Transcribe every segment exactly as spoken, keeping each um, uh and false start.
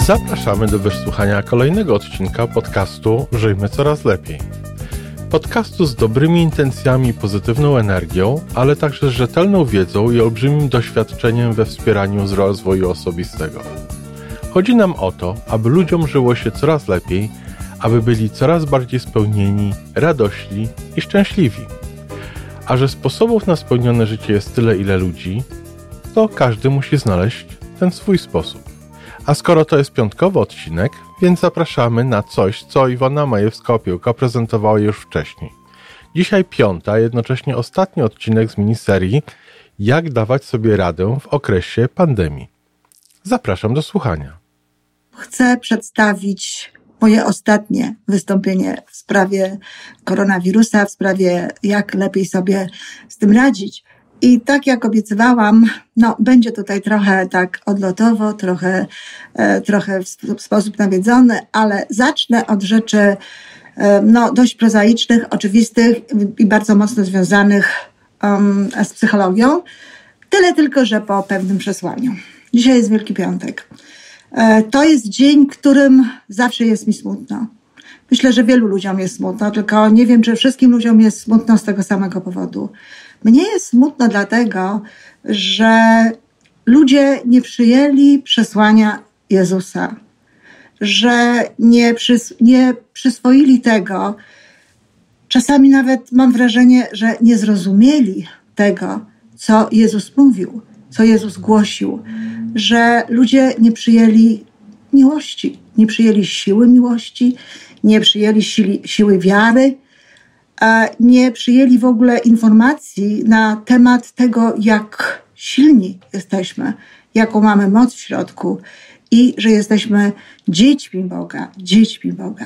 Zapraszamy do wysłuchania kolejnego odcinka podcastu Żyjmy Coraz Lepiej. Podcastu z dobrymi intencjami i pozytywną energią, ale także z rzetelną wiedzą i olbrzymim doświadczeniem we wspieraniu rozwoju osobistego. Chodzi nam o to, aby ludziom żyło się coraz lepiej, aby byli coraz bardziej spełnieni, radośni i szczęśliwi. A że sposobów na spełnione życie jest tyle, ile ludzi, to każdy musi znaleźć ten swój sposób. A skoro to jest piątkowy odcinek, więc zapraszamy na coś, co Iwona Majewska-Opiełka prezentowała już wcześniej. Dzisiaj piąty, a jednocześnie ostatni odcinek z miniserii Jak dawać sobie radę w okresie pandemii. Zapraszam do słuchania. Chcę przedstawić moje ostatnie wystąpienie w sprawie koronawirusa, w sprawie jak lepiej sobie z tym radzić. I tak jak obiecywałam, no będzie tutaj trochę tak odlotowo, trochę, e, trochę w, w sposób nawiedzony, ale zacznę od rzeczy e, no, dość prozaicznych, oczywistych i bardzo mocno związanych um, z psychologią. Tyle tylko, że po pewnym przesłaniu. Dzisiaj jest Wielki Piątek. E, to jest dzień, którym zawsze jest mi smutno. Myślę, że wielu ludziom jest smutno, tylko nie wiem, czy wszystkim ludziom jest smutno z tego samego powodu. Mnie jest smutno dlatego, że ludzie nie przyjęli przesłania Jezusa, że nie, przys- nie przyswoili tego, czasami nawet mam wrażenie, że nie zrozumieli tego, co Jezus mówił, co Jezus głosił, że ludzie nie przyjęli miłości, nie przyjęli siły miłości, nie przyjęli siły, siły wiary, nie przyjęli w ogóle informacji na temat tego, jak silni jesteśmy, jaką mamy moc w środku i że jesteśmy dziećmi Boga, dziećmi Boga.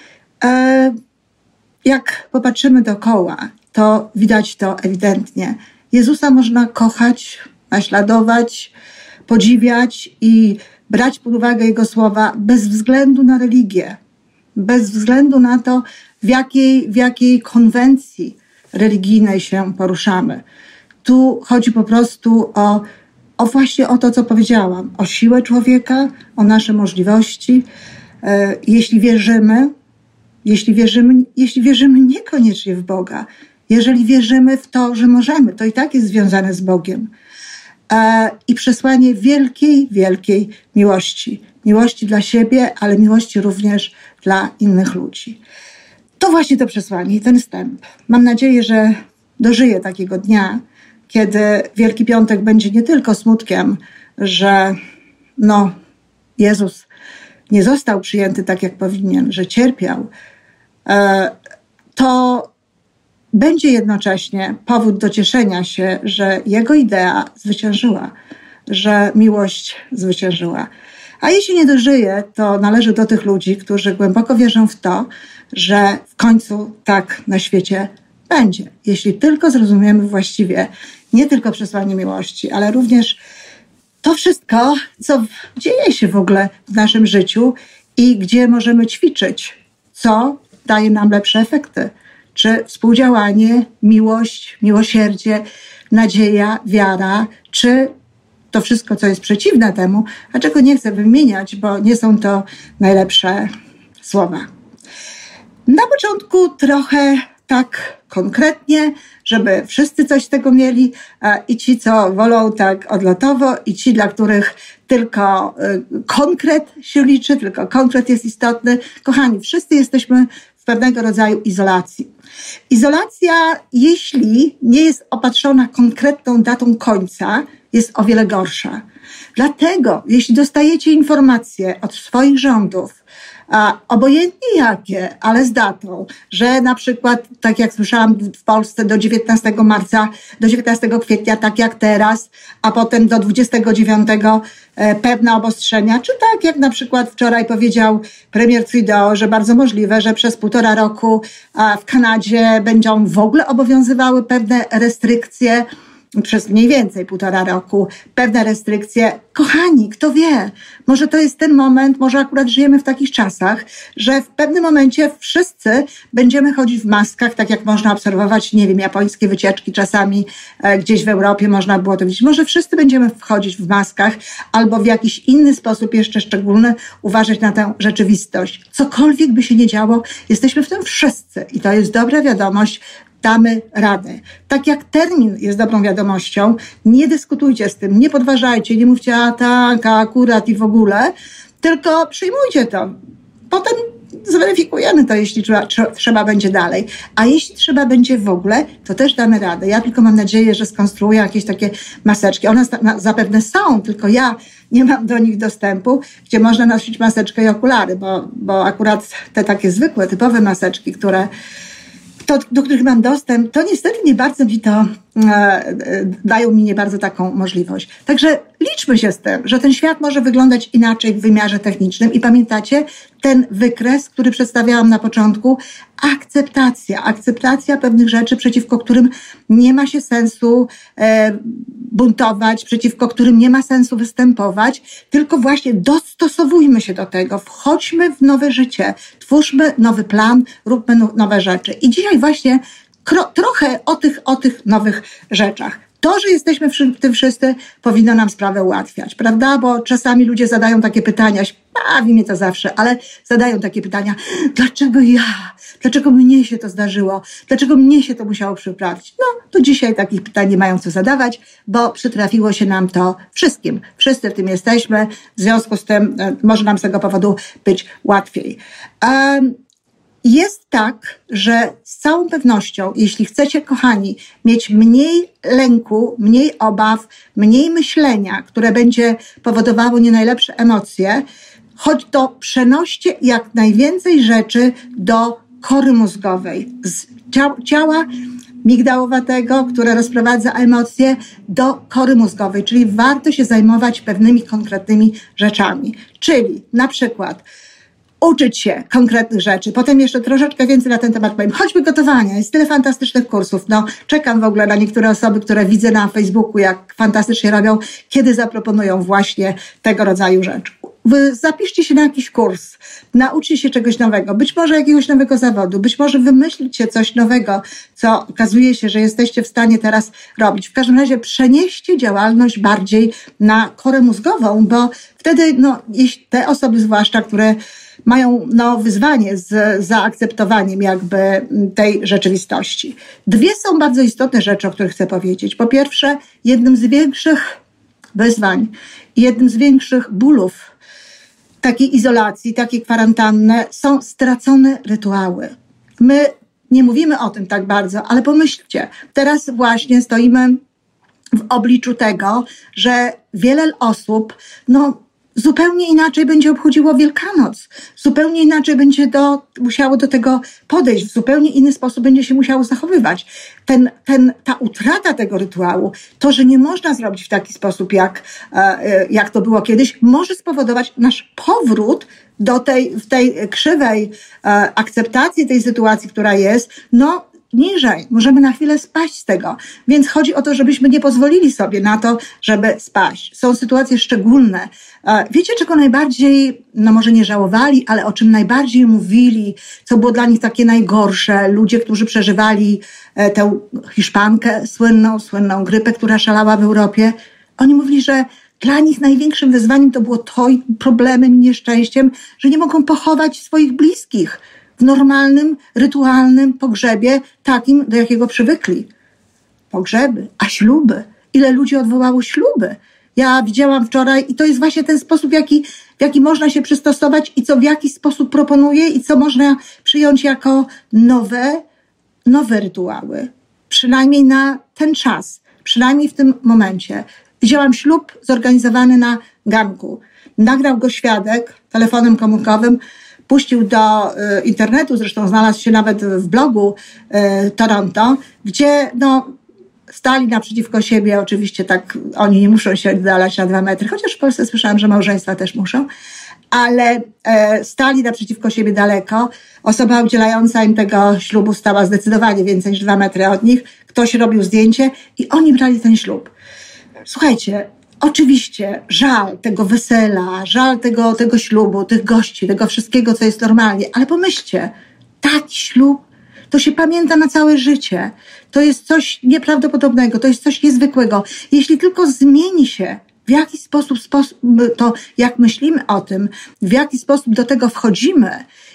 Jak popatrzymy dookoła, to widać to ewidentnie. Jezusa można kochać, naśladować, podziwiać i brać pod uwagę Jego słowa bez względu na religię, bez względu na to, w jakiej, w jakiej konwencji religijnej się poruszamy. Tu chodzi po prostu o, o właśnie o to, co powiedziałam, o siłę człowieka, o nasze możliwości. E, jeśli wierzymy, jeśli wierzymy, jeśli wierzymy niekoniecznie w Boga, jeżeli wierzymy w to, że możemy, to i tak jest związane z Bogiem. E, I przesłanie wielkiej, wielkiej miłości. Miłości dla siebie, ale miłości również dla innych ludzi. To właśnie to przesłanie i ten wstęp. Mam nadzieję, że dożyję takiego dnia, kiedy Wielki Piątek będzie nie tylko smutkiem, że no, Jezus nie został przyjęty tak, jak powinien, że cierpiał, to będzie jednocześnie powód do cieszenia się, że Jego idea zwyciężyła, że miłość zwyciężyła. A jeśli nie dożyję, to należy do tych ludzi, którzy głęboko wierzą w to, że w końcu tak na świecie będzie. Jeśli tylko zrozumiemy właściwie nie tylko przesłanie miłości, ale również to wszystko, co dzieje się w ogóle w naszym życiu i gdzie możemy ćwiczyć, co daje nam lepsze efekty. Czy współdziałanie, miłość, miłosierdzie, nadzieja, wiara, czy to wszystko, co jest przeciwne temu, a czego nie chcę wymieniać, bo nie są to najlepsze słowa. Na początku trochę tak konkretnie, żeby wszyscy coś z tego mieli, i ci, co wolą tak odlotowo, i ci, dla których tylko konkret się liczy, tylko konkret jest istotny. Kochani, wszyscy jesteśmy w pewnego rodzaju izolacji. Izolacja, jeśli nie jest opatrzona konkretną datą końca, jest o wiele gorsza. Dlatego, jeśli dostajecie informacje od swoich rządów, a obojętnie jakie, ale z datą, że na przykład, tak jak słyszałam w Polsce do dziewiętnastego marca, do dziewiętnastego kwietnia, tak jak teraz, a potem do dwudziestego dziewiątego e, pewne obostrzenia, czy tak jak na przykład wczoraj powiedział premier Trudeau, że bardzo możliwe, że przez półtora roku a w Kanadzie będą w ogóle obowiązywały pewne restrykcje, przez mniej więcej półtora roku pewne restrykcje. Kochani, kto wie, może to jest ten moment, może akurat żyjemy w takich czasach, że w pewnym momencie wszyscy będziemy chodzić w maskach, tak jak można obserwować, nie wiem, japońskie wycieczki czasami e, gdzieś w Europie można było to widzieć. Może wszyscy będziemy wchodzić w maskach albo w jakiś inny sposób jeszcze szczególny uważać na tę rzeczywistość. Cokolwiek by się nie działo, jesteśmy w tym wszyscy i to jest dobra wiadomość. Damy radę. Tak jak termin jest dobrą wiadomością, nie dyskutujcie z tym, nie podważajcie, nie mówcie, a tak, a akurat i w ogóle, tylko przyjmujcie to. Potem zweryfikujemy to, jeśli trzeba, trzeba będzie dalej. A jeśli trzeba będzie w ogóle, to też damy radę. Ja tylko mam nadzieję, że skonstruuję jakieś takie maseczki. One zapewne są, tylko ja nie mam do nich dostępu, gdzie można nosić maseczkę i okulary, bo, bo akurat te takie zwykłe, typowe maseczki, które To, do których mam dostęp, to niestety nie bardzo mi to, e, dają mi nie bardzo taką możliwość. Także liczmy się z tym, że ten świat może wyglądać inaczej w wymiarze technicznym i pamiętacie, ten wykres, który przedstawiałam na początku, akceptacja, akceptacja pewnych rzeczy, przeciwko którym nie ma się sensu e, buntować, przeciwko którym nie ma sensu występować, tylko właśnie dostosowujmy się do tego, wchodźmy w nowe życie, twórzmy nowy plan, róbmy nowe rzeczy. I dzisiaj właśnie kro, trochę o tych, o tych nowych rzeczach. To, że jesteśmy w tym wszyscy, powinno nam sprawę ułatwiać, prawda? Bo czasami ludzie zadają takie pytania, bawi mnie to zawsze, ale zadają takie pytania, dlaczego ja? Dlaczego mnie się to zdarzyło? Dlaczego mnie się to musiało przytrafić? No, to dzisiaj takich pytań nie mają co zadawać, bo przytrafiło się nam to wszystkim. Wszyscy w tym jesteśmy, w związku z tym może nam z tego powodu być łatwiej. Um, Jest tak, że z całą pewnością, jeśli chcecie, kochani, mieć mniej lęku, mniej obaw, mniej myślenia, które będzie powodowało nie najlepsze emocje, choć to przenoście jak najwięcej rzeczy do kory mózgowej, z ciała migdałowatego, które rozprowadza emocje, do kory mózgowej, czyli warto się zajmować pewnymi konkretnymi rzeczami. Czyli na przykład uczyć się konkretnych rzeczy. Potem jeszcze troszeczkę więcej na ten temat powiem. Choćby gotowania. Jest tyle fantastycznych kursów. No, czekam w ogóle na niektóre osoby, które widzę na Facebooku, jak fantastycznie robią, kiedy zaproponują właśnie tego rodzaju rzeczy. Wy zapiszcie się na jakiś kurs, nauczcie się czegoś nowego, być może jakiegoś nowego zawodu, być może wymyślicie coś nowego, co okazuje się, że jesteście w stanie teraz robić. W każdym razie przenieście działalność bardziej na korę mózgową, bo wtedy, no, jeśli te osoby zwłaszcza, które mają no, wyzwanie z zaakceptowaniem jakby tej rzeczywistości. Dwie są bardzo istotne rzeczy, o których chcę powiedzieć. Po pierwsze, jednym z większych wyzwań, jednym z większych bólów takiej izolacji, takiej kwarantanny są stracone rytuały. My nie mówimy o tym tak bardzo, ale pomyślcie, teraz właśnie stoimy w obliczu tego, że wiele osób, no, zupełnie inaczej będzie obchodziło Wielkanoc. Zupełnie inaczej będzie do, musiało do tego podejść. W zupełnie inny sposób będzie się musiało zachowywać. Ten, ten, ta utrata tego rytuału, to, że nie można zrobić w taki sposób, jak, jak to było kiedyś, może spowodować nasz powrót do tej, w tej krzywej akceptacji tej sytuacji, która jest, no, niżej. Możemy na chwilę spaść z tego. Więc chodzi o to, żebyśmy nie pozwolili sobie na to, żeby spaść. Są sytuacje szczególne. Wiecie, czego najbardziej, no może nie żałowali, ale o czym najbardziej mówili, co było dla nich takie najgorsze? Ludzie, którzy przeżywali tę Hiszpankę, słynną, słynną grypę, która szalała w Europie. Oni mówili, że dla nich największym wyzwaniem to było to i problemem i nieszczęściem, że nie mogą pochować swoich bliskich w normalnym, rytualnym pogrzebie, takim, do jakiego przywykli. Pogrzeby, a śluby. Ile ludzi odwołało śluby. Ja widziałam wczoraj i to jest właśnie ten sposób, w jaki, w jaki można się przystosować i co w jaki sposób proponuje i co można przyjąć jako nowe, nowe rytuały. Przynajmniej na ten czas, przynajmniej w tym momencie. Widziałam ślub zorganizowany na ganku. Nagrał go świadek telefonem komórkowym, puścił do y, internetu, zresztą znalazł się nawet w blogu y, Toronto, gdzie no, stali naprzeciwko siebie, oczywiście tak, oni nie muszą się oddalać na dwa metry, chociaż w Polsce słyszałam, że małżeństwa też muszą, ale e, stali naprzeciwko siebie daleko. Osoba udzielająca im tego ślubu stała zdecydowanie więcej niż dwa metry od nich. Ktoś robił zdjęcie i oni brali ten ślub. Słuchajcie, oczywiście żal tego wesela, żal tego, tego ślubu, tych gości, tego wszystkiego, co jest normalnie, ale pomyślcie, taki ślub to się pamięta na całe życie. To jest coś nieprawdopodobnego, to jest coś niezwykłego. Jeśli tylko zmieni się w jaki sposób, sposób to, jak myślimy o tym, w jaki sposób do tego wchodzimy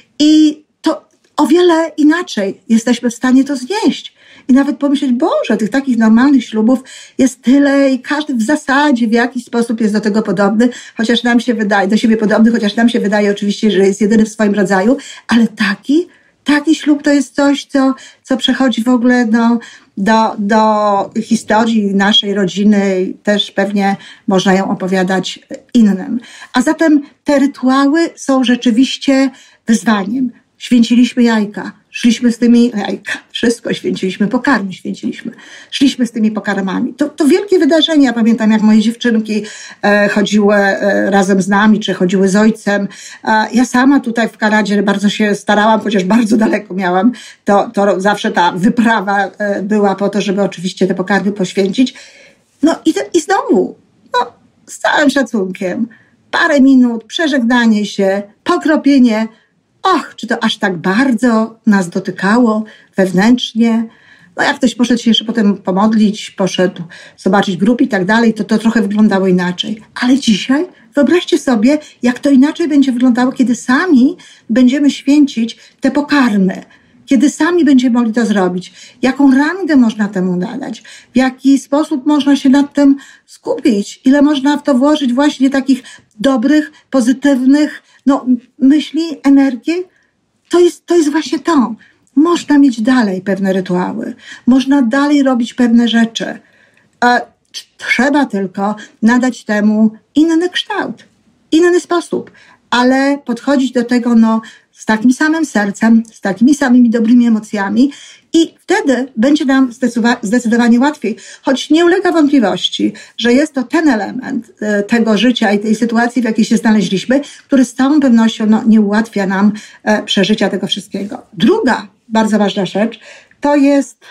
i to o wiele inaczej jesteśmy w stanie to znieść. I nawet pomyśleć, Boże, tych takich normalnych ślubów jest tyle i każdy w zasadzie w jakiś sposób jest do tego podobny, chociaż nam się wydaje, do siebie podobny, chociaż nam się wydaje oczywiście, że jest jedyny w swoim rodzaju, ale taki, taki ślub to jest coś, co, co przechodzi w ogóle do, do, do historii naszej rodziny i też pewnie można ją opowiadać innym. A zatem te rytuały są rzeczywiście wyzwaniem. Święciliśmy jajka, szliśmy z tymi, jajka, wszystko święciliśmy, pokarmy święciliśmy, szliśmy z tymi pokarmami. To, to wielkie wydarzenie. Ja pamiętam, jak moje dziewczynki e, chodziły e, razem z nami, czy chodziły z ojcem. E, ja sama tutaj w Kanadzie bardzo się starałam, chociaż bardzo daleko miałam, to, to zawsze ta wyprawa e, była po to, żeby oczywiście te pokarmy poświęcić. No i, te, i znowu, no, z całym szacunkiem, parę minut, przeżegnanie się, pokropienie. Och, czy to aż tak bardzo nas dotykało wewnętrznie? No jak ktoś poszedł się jeszcze potem pomodlić, poszedł zobaczyć grup i tak dalej, to to trochę wyglądało inaczej. Ale dzisiaj wyobraźcie sobie, jak to inaczej będzie wyglądało, kiedy sami będziemy święcić te pokarmy. Kiedy sami będziemy mogli to zrobić. Jaką rangę można temu nadać? W jaki sposób można się nad tym skupić? Ile można w to włożyć właśnie takich dobrych, pozytywnych no, myśli, energii? To jest, to jest właśnie to. Można mieć dalej pewne rytuały. Można dalej robić pewne rzeczy. E, trzeba tylko nadać temu inny kształt, inny sposób. Ale podchodzić do tego no, z takim samym sercem, z takimi samymi dobrymi emocjami i wtedy będzie nam zdecydowanie łatwiej. Choć nie ulega wątpliwości, że jest to ten element tego życia i tej sytuacji, w jakiej się znaleźliśmy, który z całą pewnością no, nie ułatwia nam przeżycia tego wszystkiego. Druga bardzo ważna rzecz to jest,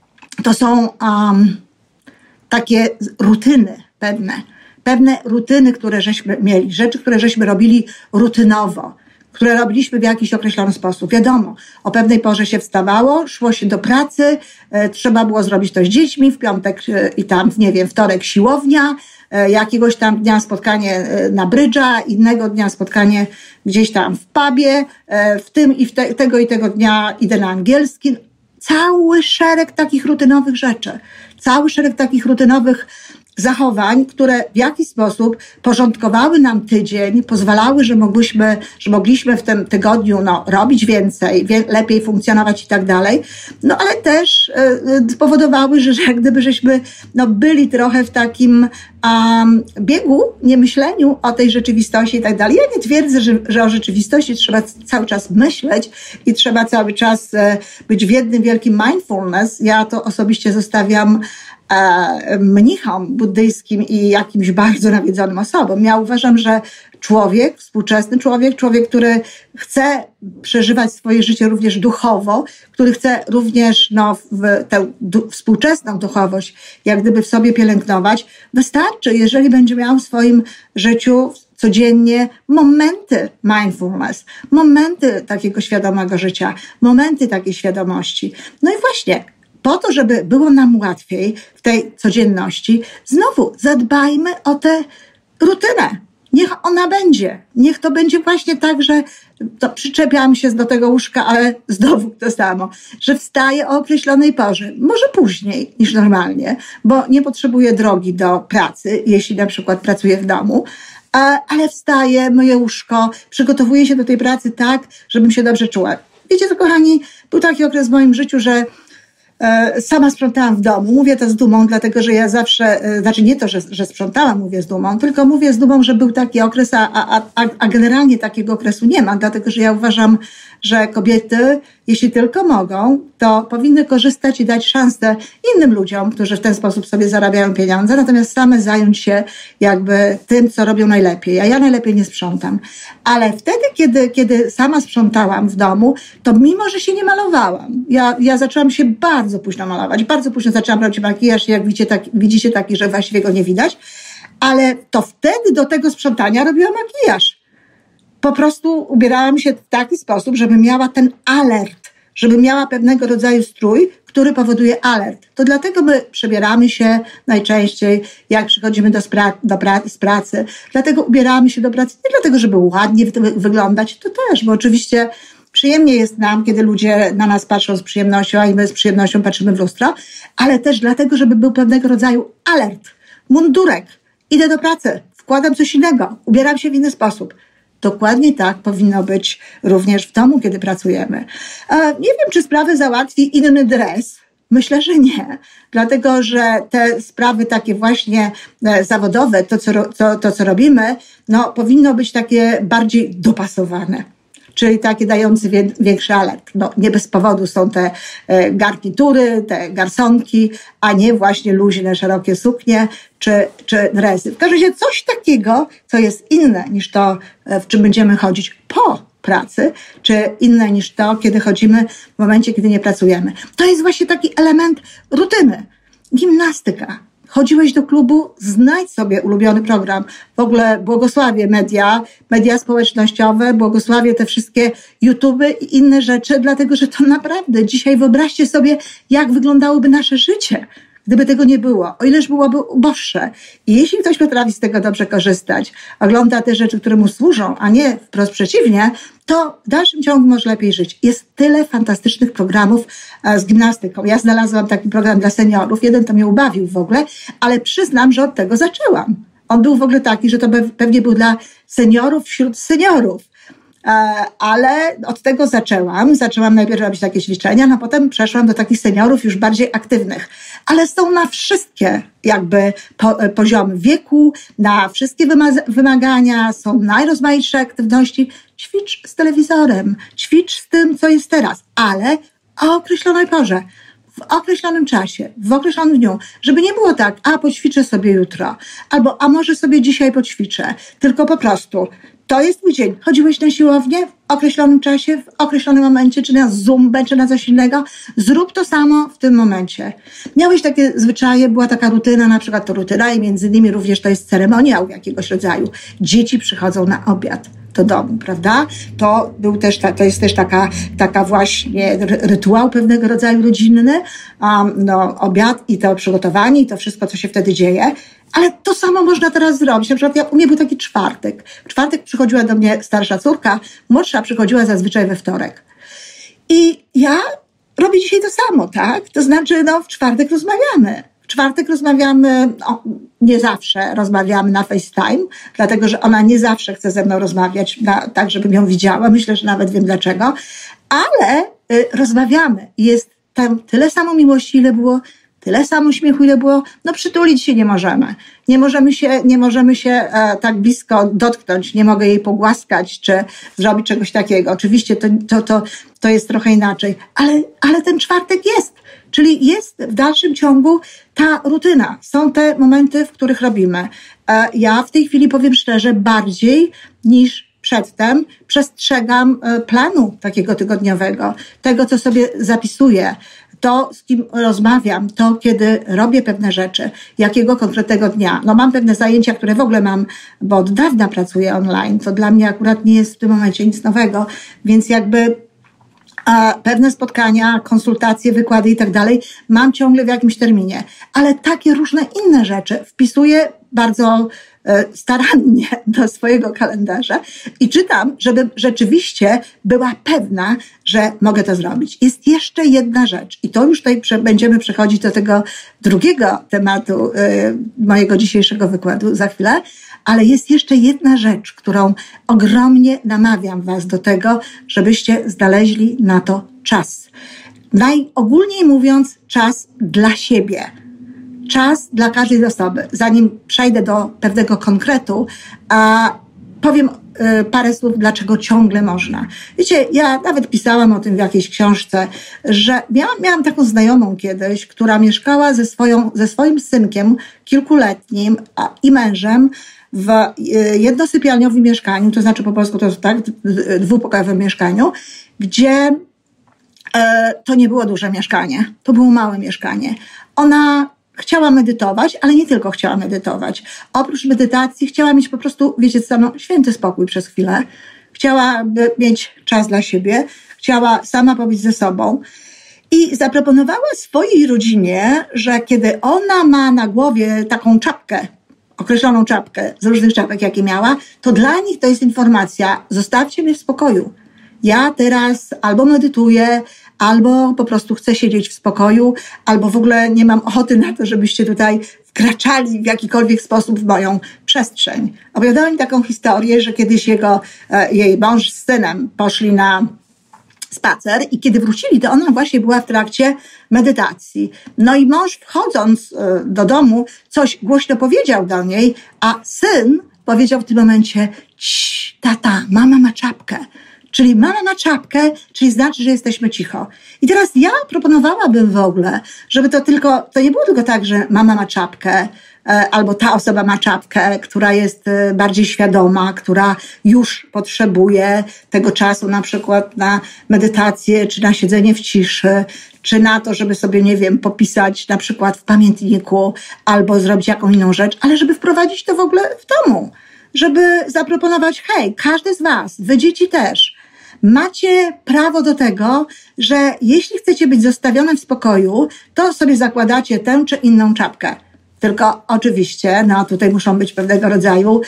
to są um, takie rutyny pewne. Pewne rutyny, które żeśmy mieli, rzeczy, które żeśmy robili rutynowo, które robiliśmy w jakiś określony sposób. Wiadomo, o pewnej porze się wstawało, szło się do pracy, e, trzeba było zrobić to z dziećmi, w piątek e, i tam, nie wiem, wtorek siłownia, e, jakiegoś tam dnia spotkanie e, na brydża, innego dnia spotkanie gdzieś tam w pubie, e, w tym i w te, tego i tego dnia idę na angielski. Cały szereg takich rutynowych rzeczy, cały szereg takich rutynowych zachowań, które w jakiś sposób porządkowały nam tydzień, pozwalały, że mogłyśmy, że mogliśmy w tym tygodniu no, robić więcej, wie, lepiej funkcjonować i tak dalej. No ale też y, spowodowały, że, że jak gdyby żeśmy no, byli trochę w takim um, biegu, nie myśleniu o tej rzeczywistości i tak dalej. Ja nie twierdzę, że, że o rzeczywistości trzeba cały czas myśleć i trzeba cały czas y, być w jednym wielkim mindfulness. Ja to osobiście zostawiam mnichom buddyjskim i jakimś bardzo nawiedzonym osobom. Ja uważam, że człowiek, współczesny człowiek, człowiek, który chce przeżywać swoje życie również duchowo, który chce również no, w tę du- współczesną duchowość jak gdyby w sobie pielęgnować, wystarczy, jeżeli będzie miał w swoim życiu codziennie momenty mindfulness, momenty takiego świadomego życia, momenty takiej świadomości. No i właśnie po to, żeby było nam łatwiej w tej codzienności, znowu zadbajmy o tę rutynę. Niech ona będzie. Niech to będzie właśnie tak, że to przyczepiam się do tego łóżka, ale znowu to samo, że wstaję o określonej porze, może później niż normalnie, bo nie potrzebuję drogi do pracy, jeśli na przykład pracuję w domu, ale wstaję, myję łóżko, przygotowuję się do tej pracy tak, żebym się dobrze czuła. Wiecie co, kochani, był taki okres w moim życiu, że Sama sprzątałam w domu. Mówię to z dumą, dlatego że ja zawsze, znaczy nie to, że, że sprzątałam, mówię z dumą, tylko mówię z dumą, że był taki okres, a, a, a, a generalnie takiego okresu nie ma, dlatego że ja uważam, że kobiety, jeśli tylko mogą, to powinny korzystać i dać szansę innym ludziom, którzy w ten sposób sobie zarabiają pieniądze, natomiast same zająć się jakby tym, co robią najlepiej. A ja najlepiej nie sprzątam. Ale wtedy, kiedy, kiedy sama sprzątałam w domu, to mimo, że się nie malowałam, ja, ja zaczęłam się bardzo późno malować, bardzo późno zaczęłam robić makijaż i jak widzicie, tak, widzicie taki, że właściwie go nie widać, ale to wtedy do tego sprzątania robiłam makijaż. Po prostu ubierałam się w taki sposób, żeby miała ten alert, żeby miała pewnego rodzaju strój, który powoduje alert. To dlatego my przebieramy się najczęściej, jak przychodzimy do, spra- do pra- z pracy. Dlatego ubieramy się do pracy, nie dlatego, żeby ładnie wy- wyglądać, to też, bo oczywiście przyjemnie jest nam, kiedy ludzie na nas patrzą z przyjemnością, a i my z przyjemnością patrzymy w lustro, ale też dlatego, żeby był pewnego rodzaju alert, mundurek. Idę do pracy, wkładam coś innego, ubieram się w inny sposób. Dokładnie tak powinno być również w domu, kiedy pracujemy. Nie wiem, czy sprawę załatwi inny dres. Myślę, że nie. Dlatego, że te sprawy takie właśnie zawodowe, to co, to, to, co robimy, no, powinno być takie bardziej dopasowane. Czyli takie dające większy alert. No, nie bez powodu są te garnitury, te garsonki, a nie właśnie luźne, szerokie suknie czy, czy dresy. W każdym razie coś takiego, co jest inne niż to, w czym będziemy chodzić po pracy, czy inne niż to, kiedy chodzimy w momencie, kiedy nie pracujemy. To jest właśnie taki element rutyny. Gimnastyka. Chodziłeś do klubu, znajdź sobie ulubiony program. W ogóle błogosławię media, media społecznościowe, błogosławię te wszystkie YouTube'y i inne rzeczy, dlatego że to naprawdę dzisiaj wyobraźcie sobie, jak wyglądałoby nasze życie, gdyby tego nie było, o ileż byłoby uboższe. I jeśli ktoś potrafi z tego dobrze korzystać, ogląda te rzeczy, które mu służą, a nie wprost przeciwnie, to w dalszym ciągu może lepiej żyć. Jest tyle fantastycznych programów z gimnastyką. Ja znalazłam taki program dla seniorów, jeden to mnie ubawił w ogóle, ale przyznam, że od tego zaczęłam. On był w ogóle taki, że to pewnie był dla seniorów wśród seniorów. Ale od tego zaczęłam. Zaczęłam najpierw robić takie ćwiczenia, no potem przeszłam do takich seniorów już bardziej aktywnych. Ale są na wszystkie jakby po, poziomy wieku, na wszystkie wyma- wymagania, są najrozmaitsze aktywności. Ćwicz z telewizorem, ćwicz z tym, co jest teraz, ale o określonej porze, w określonym czasie, w określonym dniu, żeby nie było tak, a poćwiczę sobie jutro, albo a może sobie dzisiaj poćwiczę, tylko po prostu to jest mój dzień. Chodziłeś na siłownię w określonym czasie, w określonym momencie, czy na Zumbę, czy na coś innego. Zrób to samo w tym momencie. Miałeś takie zwyczaje, była taka rutyna, na przykład to rutyna i między innymi również to jest ceremoniał jakiegoś rodzaju. Dzieci przychodzą na obiad do domu, prawda? To był też, to jest też taka, taka właśnie rytuał pewnego rodzaju rodzinny, um, no, obiad i to przygotowanie i to wszystko, co się wtedy dzieje. Ale to samo można teraz zrobić. Na przykład ja, u mnie był taki czwartek. W czwartek przychodziła do mnie starsza córka, młodsza przychodziła zazwyczaj we wtorek. I ja robię dzisiaj to samo, tak? To znaczy, no, w czwartek rozmawiamy. W czwartek rozmawiamy, o, nie zawsze rozmawiamy na FaceTime, dlatego, że ona nie zawsze chce ze mną rozmawiać, na, tak, żebym ją widziała. Myślę, że nawet wiem dlaczego. Ale y, rozmawiamy. Jest tam tyle samo miłości, ile było, tyle samo śmiechu, ile było. No przytulić się nie możemy. Nie możemy się, nie możemy się e, tak blisko dotknąć. Nie mogę jej pogłaskać, czy zrobić czegoś takiego. Oczywiście to, to, to, to jest trochę inaczej. Ale, ale ten czwartek jest. Czyli jest w dalszym ciągu ta rutyna. Są te momenty, w których robimy. E, ja w tej chwili, powiem szczerze, bardziej niż przedtem przestrzegam e, planu takiego tygodniowego. Tego, co sobie zapisuję. To, z kim rozmawiam, to kiedy robię pewne rzeczy, jakiego konkretnego dnia. No mam pewne zajęcia, które w ogóle mam, bo od dawna pracuję online. To dla mnie akurat nie jest w tym momencie nic nowego, więc jakby a, pewne spotkania, konsultacje, wykłady i tak dalej mam ciągle w jakimś terminie. Ale takie różne inne rzeczy wpisuję bardzo starannie do swojego kalendarza i czytam, żebym rzeczywiście była pewna, że mogę to zrobić. Jest jeszcze jedna rzecz i to już tutaj prze, będziemy przechodzić do tego drugiego tematu y, mojego dzisiejszego wykładu za chwilę, ale jest jeszcze jedna rzecz, którą ogromnie namawiam was do tego, żebyście znaleźli na to czas. Najogólniej mówiąc, czas dla siebie. Czas dla każdej osoby. Zanim przejdę do pewnego konkretu, a powiem y, parę słów, dlaczego ciągle można. Wiecie, ja nawet pisałam o tym w jakiejś książce, że miałam, miałam taką znajomą kiedyś, która mieszkała ze, swoją, ze swoim synkiem kilkuletnim a, i mężem w y, jednosypialniowym mieszkaniu, to znaczy po polsku to jest tak, dwupokojowym mieszkaniu, gdzie y, to nie było duże mieszkanie, to było małe mieszkanie. Ona chciała medytować, ale nie tylko chciała medytować. Oprócz medytacji chciała mieć po prostu, wiecie co, no, święty spokój przez chwilę. Chciała mieć czas dla siebie, chciała sama pobyć ze sobą i zaproponowała swojej rodzinie, że kiedy ona ma na głowie taką czapkę, określoną czapkę z różnych czapek, jakie miała, to dla nich to jest informacja, zostawcie mnie w spokoju. Ja teraz albo medytuję, albo po prostu chcę siedzieć w spokoju, albo w ogóle nie mam ochoty na to, żebyście tutaj wkraczali w jakikolwiek sposób w moją przestrzeń. Opowiadała mi taką historię, że kiedyś jego, jej mąż z synem poszli na spacer i kiedy wrócili, to ona właśnie była w trakcie medytacji. No i mąż, wchodząc do domu, coś głośno powiedział do niej, a syn powiedział w tym momencie: cii, tata, mama ma czapkę. Czyli mama ma czapkę, czyli znaczy, że jesteśmy cicho. I teraz ja proponowałabym w ogóle, żeby to tylko, to nie było tylko tak, że mama ma czapkę, albo ta osoba ma czapkę, która jest bardziej świadoma, która już potrzebuje tego czasu na przykład na medytację, czy na siedzenie w ciszy, czy na to, żeby sobie, nie wiem, popisać na przykład w pamiętniku, albo zrobić jakąś inną rzecz, ale żeby wprowadzić to w ogóle w domu. Żeby zaproponować, hej, każdy z was, wy dzieci też, macie prawo do tego, że jeśli chcecie być zostawione w spokoju, to sobie zakładacie tę czy inną czapkę. Tylko oczywiście, no tutaj muszą być pewnego rodzaju,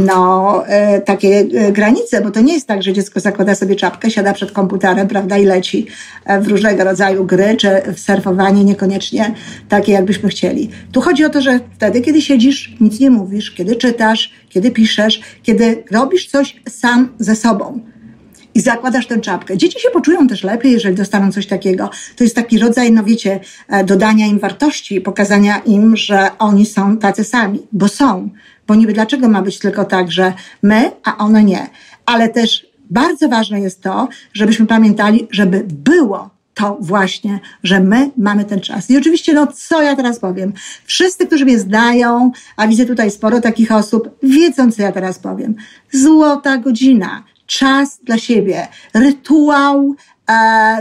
no e, takie e, granice, bo to nie jest tak, że dziecko zakłada sobie czapkę, siada przed komputerem, prawda, i leci w różnego rodzaju gry, czy w surfowanie, niekoniecznie takie, jakbyśmy chcieli. Tu chodzi o to, że wtedy, kiedy siedzisz, nic nie mówisz, kiedy czytasz, kiedy piszesz, kiedy robisz coś sam ze sobą i zakładasz tę czapkę. Dzieci się poczują też lepiej, jeżeli dostaną coś takiego. To jest taki rodzaj, no wiecie, dodania im wartości, pokazania im, że oni są tacy sami, bo są. Bo niby dlaczego ma być tylko tak, że my, a one nie. Ale też bardzo ważne jest to, żebyśmy pamiętali, żeby było to właśnie, że my mamy ten czas. I oczywiście, no co ja teraz powiem? Wszyscy, którzy mnie znają, a widzę tutaj sporo takich osób, wiedzą, co ja teraz powiem. Złota godzina. Czas dla siebie, rytuał, e,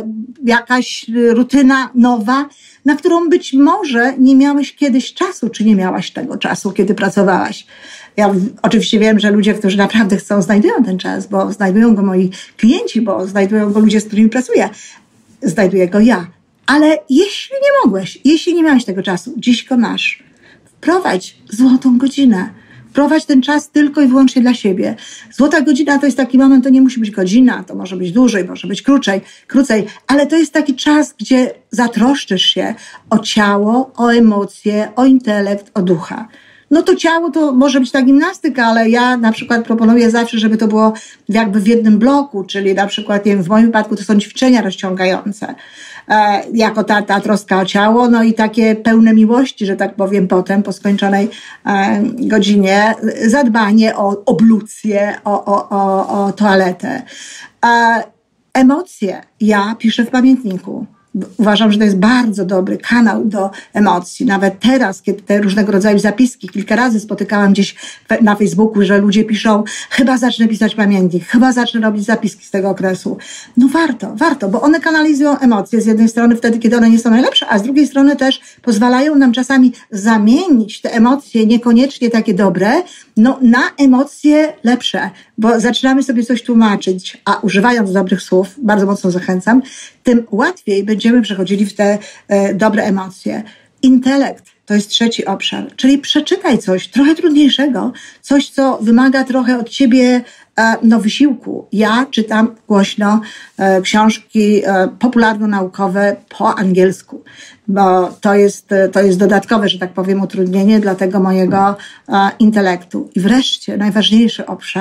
jakaś rutyna nowa, na którą być może nie miałeś kiedyś czasu, czy nie miałaś tego czasu, kiedy pracowałaś. Ja oczywiście wiem, że ludzie, którzy naprawdę chcą, znajdują ten czas, bo znajdują go moi klienci, bo znajdują go ludzie, z którymi pracuję. Znajduję go ja. Ale jeśli nie mogłeś, jeśli nie miałeś tego czasu, dziś go masz. Wprowadź złotą godzinę. Wprowadź ten czas tylko i wyłącznie dla siebie. Złota godzina to jest taki moment, to nie musi być godzina, to może być dłużej, może być krócej, krócej, ale to jest taki czas, gdzie zatroszczysz się o ciało, o emocje, o intelekt, o ducha. No to ciało to może być ta gimnastyka, ale ja na przykład proponuję zawsze, żeby to było jakby w jednym bloku, czyli na przykład, nie wiem, w moim wypadku to są ćwiczenia rozciągające, e, jako ta, ta troska o ciało, no i takie pełne miłości, że tak powiem, potem po skończonej e, godzinie zadbanie o oblucję, o, o, o, o toaletę. E, emocje ja piszę w pamiętniku. Uważam, że to jest bardzo dobry kanał do emocji. Nawet teraz, kiedy te różnego rodzaju zapiski, kilka razy spotykałam gdzieś na Facebooku, że ludzie piszą, chyba zacznę pisać pamiętnik, chyba zacznę robić zapiski z tego okresu. No warto, warto, bo one kanalizują emocje z jednej strony wtedy, kiedy one nie są najlepsze, a z drugiej strony też pozwalają nam czasami zamienić te emocje niekoniecznie takie dobre, no na emocje lepsze, bo zaczynamy sobie coś tłumaczyć, a używając dobrych słów, bardzo mocno zachęcam, tym łatwiej będziemy przechodzili w te e, dobre emocje. Intelekt to jest trzeci obszar, czyli przeczytaj coś trochę trudniejszego, coś, co wymaga trochę od ciebie e, no, wysiłku. Ja czytam głośno e, książki e, popularno-naukowe po angielsku, bo to jest, to jest dodatkowe, że tak powiem, utrudnienie dla tego mojego e, intelektu. I wreszcie najważniejszy obszar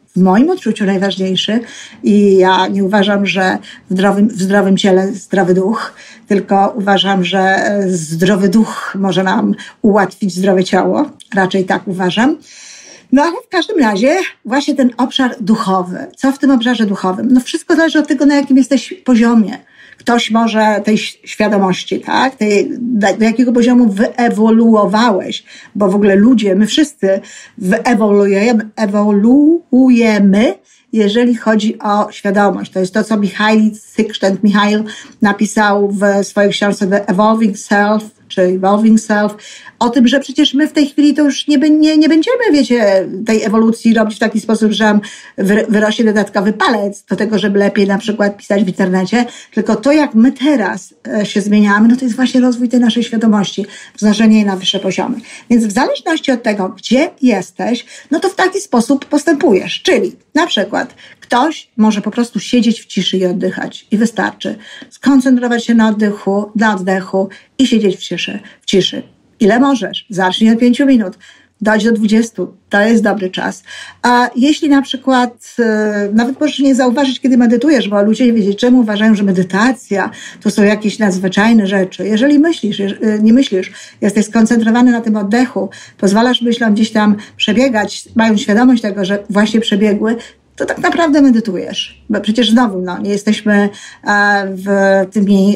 w moim odczuciu najważniejszy i ja nie uważam, że w zdrowym, w zdrowym ciele zdrowy duch, tylko uważam, że zdrowy duch może nam ułatwić zdrowe ciało. Raczej tak uważam. No ale w każdym razie właśnie ten obszar duchowy. Co w tym obszarze duchowym? No wszystko zależy od tego, na jakim jesteś poziomie. Ktoś może tej świadomości, tak? Tej, do jakiego poziomu wyewoluowałeś, bo w ogóle ludzie, my wszyscy wyewoluujemy, ewoluujemy, jeżeli chodzi o świadomość. To jest to, co Mihaly Csikszentmihalyi napisał w swojej książce The Evolving Self, czy Evolving Self, o tym, że przecież my w tej chwili to już nie, nie, nie będziemy, wiecie, tej ewolucji robić w taki sposób, że nam wyrośnie dodatkowy palec do tego, żeby lepiej na przykład pisać w internecie, tylko to, jak my teraz się zmieniamy, no to jest właśnie rozwój tej naszej świadomości, wznoszenie jej na wyższe poziomy. Więc w zależności od tego, gdzie jesteś, no to w taki sposób postępujesz. Czyli na przykład ktoś może po prostu siedzieć w ciszy i oddychać i wystarczy. Skoncentrować się na oddechu, na oddechu i siedzieć w ciszy. W ciszy. Ile możesz? Zacznij od pięciu minut. Dać do dwudziestu. To jest dobry czas. A jeśli na przykład, nawet możesz nie zauważyć, kiedy medytujesz, bo ludzie nie wiedzieć, czemu uważają, że medytacja to są jakieś nadzwyczajne rzeczy. Jeżeli myślisz, nie myślisz, jesteś skoncentrowany na tym oddechu, pozwalasz myślom gdzieś tam przebiegać, mając świadomość tego, że właśnie przebiegły, to tak naprawdę medytujesz. Bo przecież znowu, no, nie jesteśmy w tymi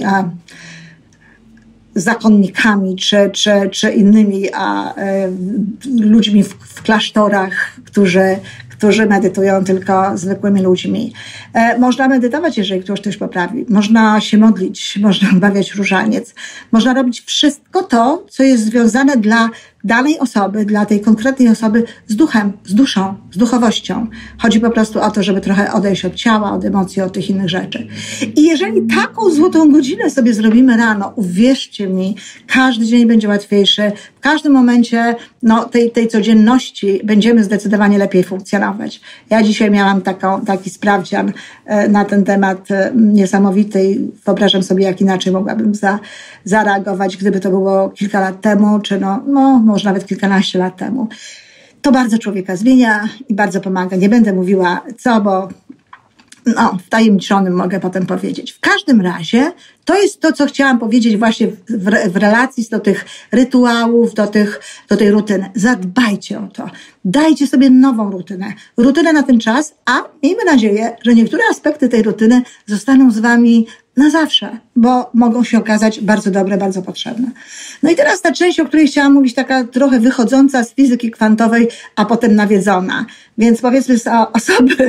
zakonnikami czy, czy, czy innymi a, e, ludźmi w, w klasztorach, którzy, którzy medytują tylko zwykłymi ludźmi. E, można medytować, jeżeli ktoś coś poprawi. Można się modlić, można odmawiać różaniec. Można robić wszystko to, co jest związane dla danej osoby, dla tej konkretnej osoby z duchem, z duszą, z duchowością. Chodzi po prostu o to, żeby trochę odejść od ciała, od emocji, od tych innych rzeczy. I jeżeli taką złotą godzinę sobie zrobimy rano, uwierzcie mi, każdy dzień będzie łatwiejszy. W każdym momencie no, tej, tej codzienności będziemy zdecydowanie lepiej funkcjonować. Ja dzisiaj miałam taką, taki sprawdzian na ten temat niesamowity i wyobrażam sobie, jak inaczej mogłabym za, zareagować, gdyby to było kilka lat temu, czy no, no może nawet kilkanaście lat temu. To bardzo człowieka zmienia i bardzo pomaga. Nie będę mówiła co, bo no, wtajemniczonym mogę potem powiedzieć. W każdym razie to jest to, co chciałam powiedzieć właśnie w, w relacji do tych rytuałów, do, tych, do tej rutyny. Zadbajcie o to. Dajcie sobie nową rutynę. Rutynę na ten czas, a miejmy nadzieję, że niektóre aspekty tej rutyny zostaną z wami na zawsze, bo mogą się okazać bardzo dobre, bardzo potrzebne. No i teraz ta część, o której chciałam mówić, taka trochę wychodząca z fizyki kwantowej, a potem nawiedzona. Więc powiedzmy są osoby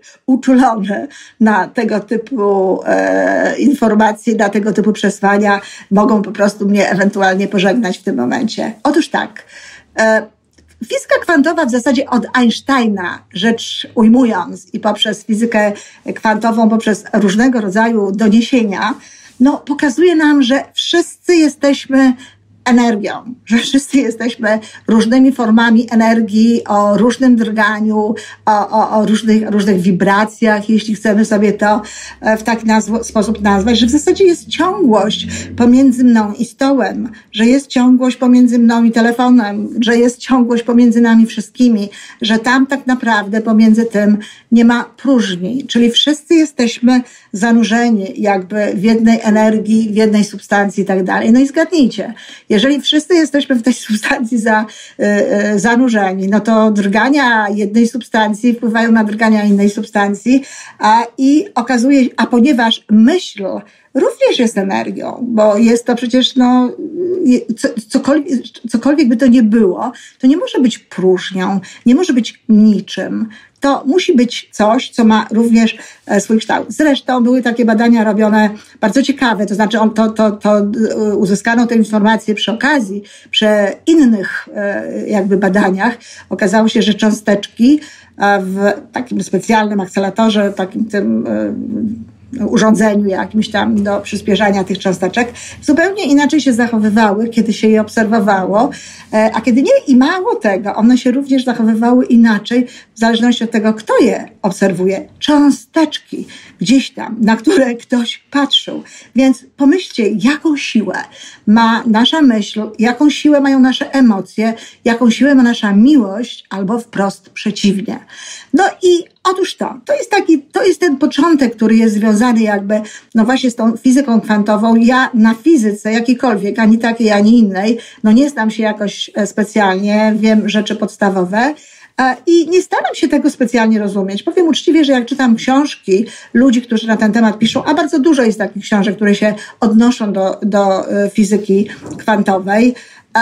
uczulone na tego typu e, informacje, na tego typu przesłania, mogą po prostu mnie ewentualnie pożegnać w tym momencie. Otóż tak, e, fizyka kwantowa w zasadzie od Einsteina, rzecz ujmując, i poprzez fizykę kwantową, poprzez różnego rodzaju doniesienia, no, pokazuje nam, że wszyscy jesteśmy energią, że wszyscy jesteśmy różnymi formami energii, o różnym drganiu, o, o, o różnych, różnych wibracjach, jeśli chcemy sobie to w taki nazw- sposób nazwać, że w zasadzie jest ciągłość pomiędzy mną i stołem, że jest ciągłość pomiędzy mną i telefonem, że jest ciągłość pomiędzy nami wszystkimi, że tam tak naprawdę pomiędzy tym nie ma próżni, czyli wszyscy jesteśmy zanurzeni jakby w jednej energii, w jednej substancji i tak dalej. No i zgadnijcie, jeżeli wszyscy jesteśmy w tej substancji za, y, y, zanurzeni, no to drgania jednej substancji wpływają na drgania innej substancji, a i okazuje, a ponieważ myśl również jest energią, bo jest to przecież, no, co, cokolwiek, cokolwiek by to nie było, to nie może być próżnią, nie może być niczym. To musi być coś, co ma również swój kształt. Zresztą były takie badania robione bardzo ciekawe, to znaczy on, to, to, to uzyskano tę informację przy okazji, przy innych jakby badaniach. Okazało się, że cząsteczki w takim specjalnym akceleratorze, takim tym urządzeniu jakimś tam do przyspieszania tych cząsteczek, zupełnie inaczej się zachowywały, kiedy się je obserwowało, a kiedy nie, i mało tego, one się również zachowywały inaczej, w zależności od tego, kto je obserwuje. Cząsteczki gdzieś tam, na które ktoś patrzył. Więc pomyślcie, jaką siłę ma nasza myśl, jaką siłę mają nasze emocje, jaką siłę ma nasza miłość, albo wprost przeciwnie. No i Otóż to, to jest taki, to jest ten początek, który jest związany jakby, no właśnie z tą fizyką kwantową. Ja na fizyce jakiejkolwiek, ani takiej, ani innej, no nie znam się jakoś specjalnie, wiem rzeczy podstawowe i nie staram się tego specjalnie rozumieć. Powiem uczciwie, że jak czytam książki ludzi, którzy na ten temat piszą, a bardzo dużo jest takich książek, które się odnoszą do, do fizyki kwantowej,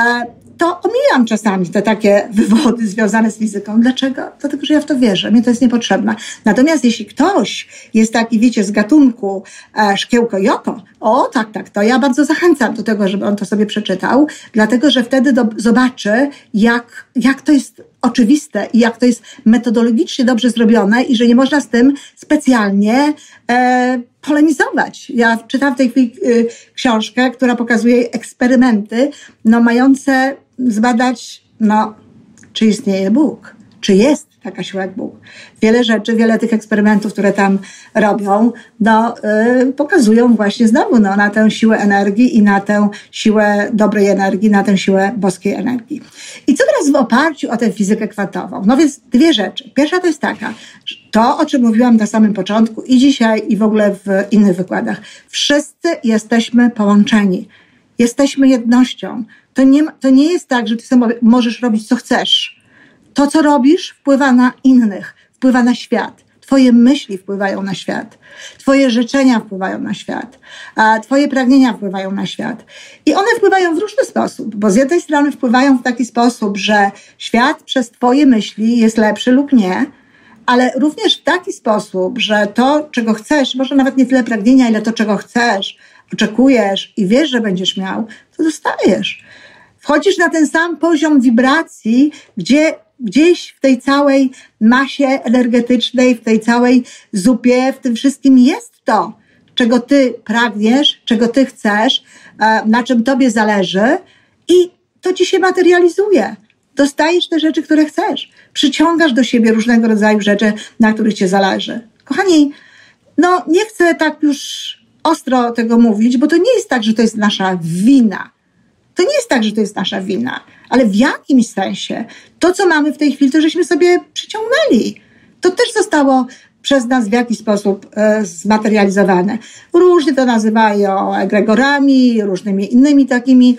to omijam czasami te takie wywody związane z fizyką. Dlaczego? Dlatego, że ja w to wierzę. Mnie to jest niepotrzebne. Natomiast jeśli ktoś jest taki, wiecie, z gatunku e, szkiełko Joko, o tak, tak, to ja bardzo zachęcam do tego, żeby on to sobie przeczytał, dlatego, że wtedy do, zobaczy, jak, jak to jest oczywiste i jak to jest metodologicznie dobrze zrobione i że nie można z tym specjalnie e, polemizować. Ja czytam w tej chwili y, książkę, która pokazuje eksperymenty, no mające zbadać, no, czy istnieje Bóg, czy jest taka siła jak Bóg. Wiele rzeczy, wiele tych eksperymentów, które tam robią, no, y, pokazują właśnie znowu no, na tę siłę energii i na tę siłę dobrej energii, na tę siłę boskiej energii. I co teraz w oparciu o tę fizykę kwantową? No więc dwie rzeczy. Pierwsza to jest taka, to, o czym mówiłam na samym początku i dzisiaj, i w ogóle w innych wykładach. Wszyscy jesteśmy połączeni. Jesteśmy jednością. To nie, to nie jest tak, że ty sobie możesz robić, co chcesz. To, co robisz, wpływa na innych, wpływa na świat. Twoje myśli wpływają na świat. Twoje życzenia wpływają na świat. A twoje pragnienia wpływają na świat. I one wpływają w różny sposób, bo z jednej strony wpływają w taki sposób, że świat przez twoje myśli jest lepszy lub nie, ale również w taki sposób, że to, czego chcesz, może nawet nie tyle pragnienia, ile to, czego chcesz, oczekujesz i wiesz, że będziesz miał, to dostajesz. Wchodzisz na ten sam poziom wibracji, gdzie gdzieś w tej całej masie energetycznej, w tej całej zupie, w tym wszystkim jest to, czego ty pragniesz, czego ty chcesz, na czym tobie zależy i to ci się materializuje. Dostajesz te rzeczy, które chcesz. Przyciągasz do siebie różnego rodzaju rzeczy, na których ci zależy. Kochani, no nie chcę tak już ostro tego mówić, bo to nie jest tak, że to jest nasza wina. To nie jest tak, że to jest nasza wina, ale w jakimś sensie to, co mamy w tej chwili, to żeśmy sobie przyciągnęli. To też zostało przez nas w jakiś sposób e, zmaterializowane. Różnie to nazywają egregorami, różnymi innymi takimi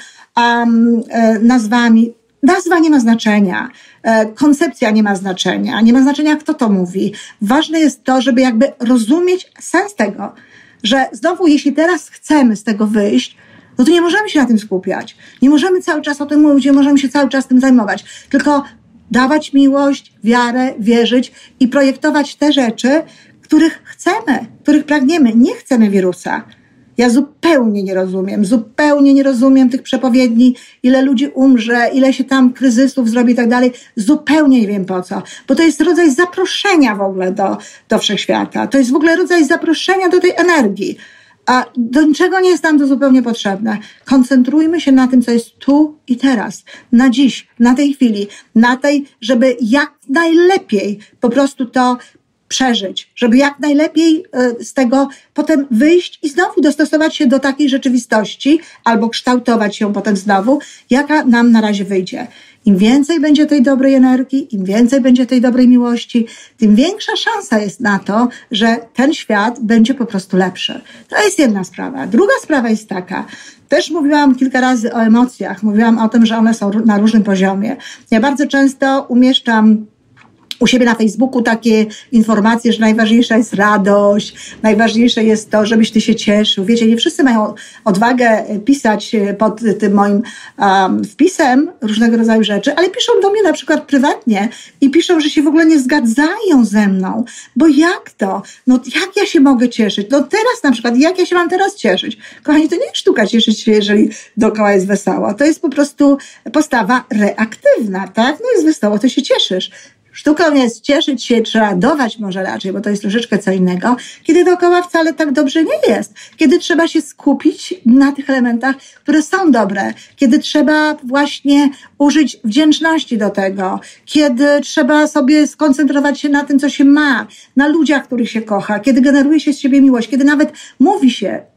um, e, nazwami. Nazwa nie ma znaczenia, e, koncepcja nie ma znaczenia, nie ma znaczenia, kto to mówi. Ważne jest to, żeby jakby rozumieć sens tego, że znowu, jeśli teraz chcemy z tego wyjść, no to nie możemy się na tym skupiać. Nie możemy cały czas o tym mówić, nie możemy się cały czas tym zajmować. Tylko dawać miłość, wiarę, wierzyć i projektować te rzeczy, których chcemy, których pragniemy. Nie chcemy wirusa. Ja zupełnie nie rozumiem, zupełnie nie rozumiem tych przepowiedni, ile ludzi umrze, ile się tam kryzysów zrobi i tak dalej. Zupełnie nie wiem po co. Bo to jest rodzaj zaproszenia w ogóle do, do wszechświata. To jest w ogóle rodzaj zaproszenia do tej energii. A do niczego nie jest nam to zupełnie potrzebne. Koncentrujmy się na tym, co jest tu i teraz, na dziś, na tej chwili, na tej, żeby jak najlepiej po prostu to przeżyć, żeby jak najlepiej z tego potem wyjść i znowu dostosować się do takiej rzeczywistości albo kształtować ją potem znowu, jaka nam na razie wyjdzie. Im więcej będzie tej dobrej energii, im więcej będzie tej dobrej miłości, tym większa szansa jest na to, że ten świat będzie po prostu lepszy. To jest jedna sprawa. Druga sprawa jest taka, też mówiłam kilka razy o emocjach, mówiłam o tym, że one są na różnym poziomie. Ja bardzo często umieszczam u siebie na Facebooku takie informacje, że najważniejsza jest radość, najważniejsze jest to, żebyś ty się cieszył. Wiecie, nie wszyscy mają odwagę pisać pod tym moim um, wpisem różnego rodzaju rzeczy, ale piszą do mnie na przykład prywatnie i piszą, że się w ogóle nie zgadzają ze mną. Bo jak to? No jak ja się mogę cieszyć? No teraz na przykład, jak ja się mam teraz cieszyć? Kochani, to nie jest sztuka cieszyć się, jeżeli dookoła jest wesoło. To jest po prostu postawa reaktywna, tak? No jest wesoło, to się cieszysz. Sztuką jest cieszyć się, czy radować może raczej, bo to jest troszeczkę co innego, kiedy dookoła wcale tak dobrze nie jest. Kiedy trzeba się skupić na tych elementach, które są dobre. Kiedy trzeba właśnie użyć wdzięczności do tego. Kiedy trzeba sobie skoncentrować się na tym, co się ma. Na ludziach, których się kocha. Kiedy generuje się z siebie miłość. Kiedy nawet mówi się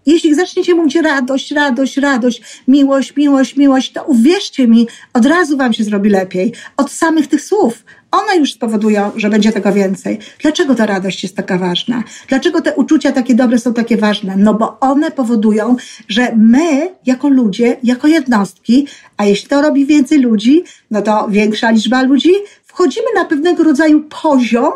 jeśli zaczniecie mówić radość, radość, radość, miłość, miłość, miłość, to uwierzcie mi, od razu wam się zrobi lepiej. Od samych tych słów. One już spowodują, że będzie tego więcej. Dlaczego ta radość jest taka ważna? Dlaczego te uczucia takie dobre są takie ważne? No bo one powodują, że my jako ludzie, jako jednostki, a jeśli to robi więcej ludzi, no to większa liczba ludzi, wchodzimy na pewnego rodzaju poziom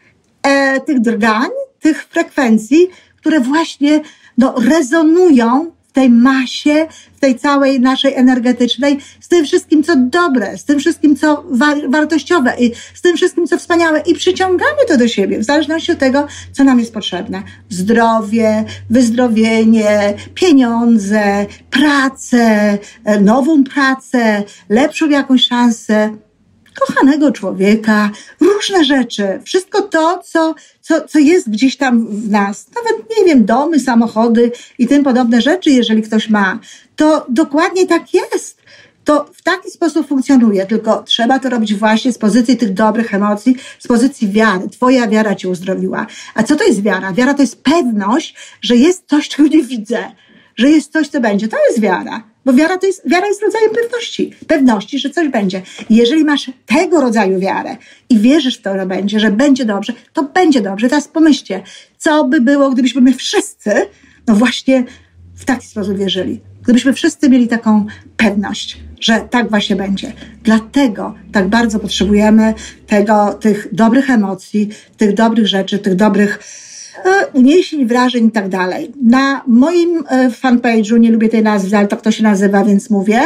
e, tych drgań, tych frekwencji, które właśnie no, rezonują w tej masie, w tej całej naszej energetycznej, z tym wszystkim, co dobre, z tym wszystkim, co wa- wartościowe i z tym wszystkim, co wspaniałe i przyciągamy to do siebie, w zależności od tego, co nam jest potrzebne. Zdrowie, wyzdrowienie, pieniądze, pracę, nową pracę, lepszą jakąś szansę, kochanego człowieka, różne rzeczy. Wszystko to, co, co, co jest gdzieś tam w nas. Nawet, nie wiem, domy, samochody i tym podobne rzeczy, jeżeli ktoś ma. To dokładnie tak jest. To w taki sposób funkcjonuje, tylko trzeba to robić właśnie z pozycji tych dobrych emocji, z pozycji wiary. Twoja wiara cię uzdrowiła. A co to jest wiara? Wiara to jest pewność, że jest coś, czego nie widzę. Że jest coś, co będzie. To jest wiara. Bo wiara to jest, wiara jest rodzajem pewności. Pewności, że coś będzie. I jeżeli masz tego rodzaju wiarę i wierzysz w to, że będzie, że będzie dobrze, to będzie dobrze. Teraz pomyślcie, co by było, gdybyśmy my wszyscy, no właśnie w taki sposób wierzyli. Gdybyśmy wszyscy mieli taką pewność, że tak właśnie będzie. Dlatego tak bardzo potrzebujemy tego, tych dobrych emocji, tych dobrych rzeczy, tych dobrych uniesień, wrażeń i tak dalej. Na moim fanpage'u, nie lubię tej nazwy, ale tak to się nazywa, więc mówię,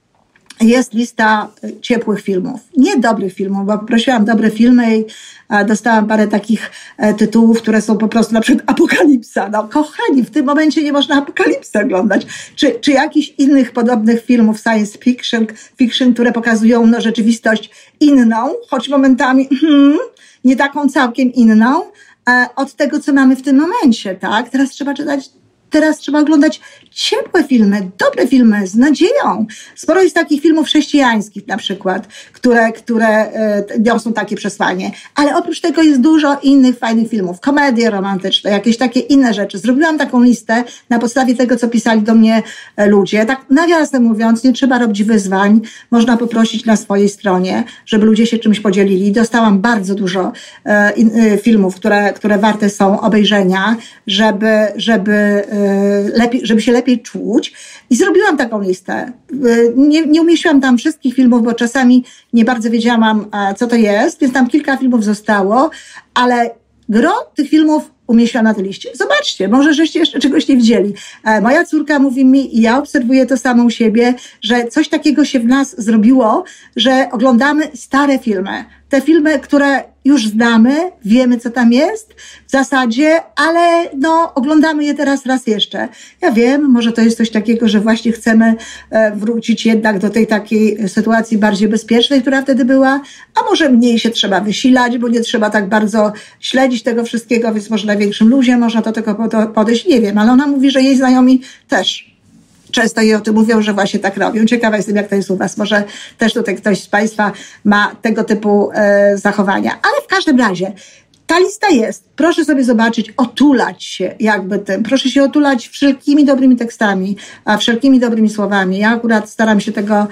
jest lista ciepłych filmów. Nie dobrych filmów, bo poprosiłam dobre filmy i dostałam parę takich tytułów, które są po prostu na przykład Apokalipsa. No kochani, w tym momencie nie można Apokalipsy oglądać. Czy, czy jakichś innych podobnych filmów science fiction, fiction które pokazują no, rzeczywistość inną, choć momentami hmm, nie taką całkiem inną, od tego, co mamy w tym momencie, tak? Teraz trzeba czytać, teraz trzeba oglądać ciepłe filmy, dobre filmy z nadzieją. Sporo jest takich filmów chrześcijańskich na przykład, które, które niosą takie przesłanie. Ale oprócz tego jest dużo innych fajnych filmów. Komedie romantyczne, jakieś takie inne rzeczy. Zrobiłam taką listę na podstawie tego, co pisali do mnie ludzie. Tak nawiasem mówiąc, nie trzeba robić wyzwań. Można poprosić na swojej stronie, żeby ludzie się czymś podzielili. Dostałam bardzo dużo e, in, e, filmów, które, które warte są obejrzenia, żeby, żeby, e, lepiej, żeby się lepiej lepiej czuć i zrobiłam taką listę. Nie, nie umieściłam tam wszystkich filmów, bo czasami nie bardzo wiedziałam, co to jest, więc tam kilka filmów zostało, ale gro tych filmów umieściłam na tej liście. Zobaczcie, może żeście jeszcze czegoś nie widzieli. Moja córka mówi mi i ja obserwuję to samą siebie, że coś takiego się w nas zrobiło, że oglądamy stare filmy. Te filmy, które już znamy, wiemy, co tam jest w zasadzie, ale no, oglądamy je teraz raz jeszcze. Ja wiem, może to jest coś takiego, że właśnie chcemy wrócić jednak do tej takiej sytuacji bardziej bezpiecznej, która wtedy była, a może mniej się trzeba wysilać, bo nie trzeba tak bardzo śledzić tego wszystkiego, więc może na większym luzie można do tego podejść. Nie wiem, ale ona mówi, że jej znajomi też często jej o tym mówią, że właśnie tak robią. Ciekawa jestem, jak to jest u was. Może też tutaj ktoś z państwa ma tego typu e, zachowania. Ale w każdym razie ta lista jest. Proszę sobie zobaczyć, otulać się jakby tym. Proszę się otulać wszelkimi dobrymi tekstami, a wszelkimi dobrymi słowami. Ja akurat staram się tego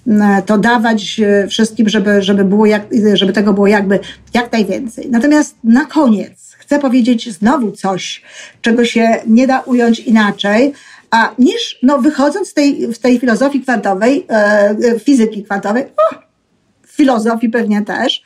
to dawać wszystkim, żeby, żeby było jak, żeby tego było jakby jak najwięcej. Natomiast na koniec chcę powiedzieć znowu coś, czego się nie da ująć inaczej, a niż, no wychodząc z tej, z tej filozofii kwantowej, e, fizyki kwantowej, o, filozofii pewnie też,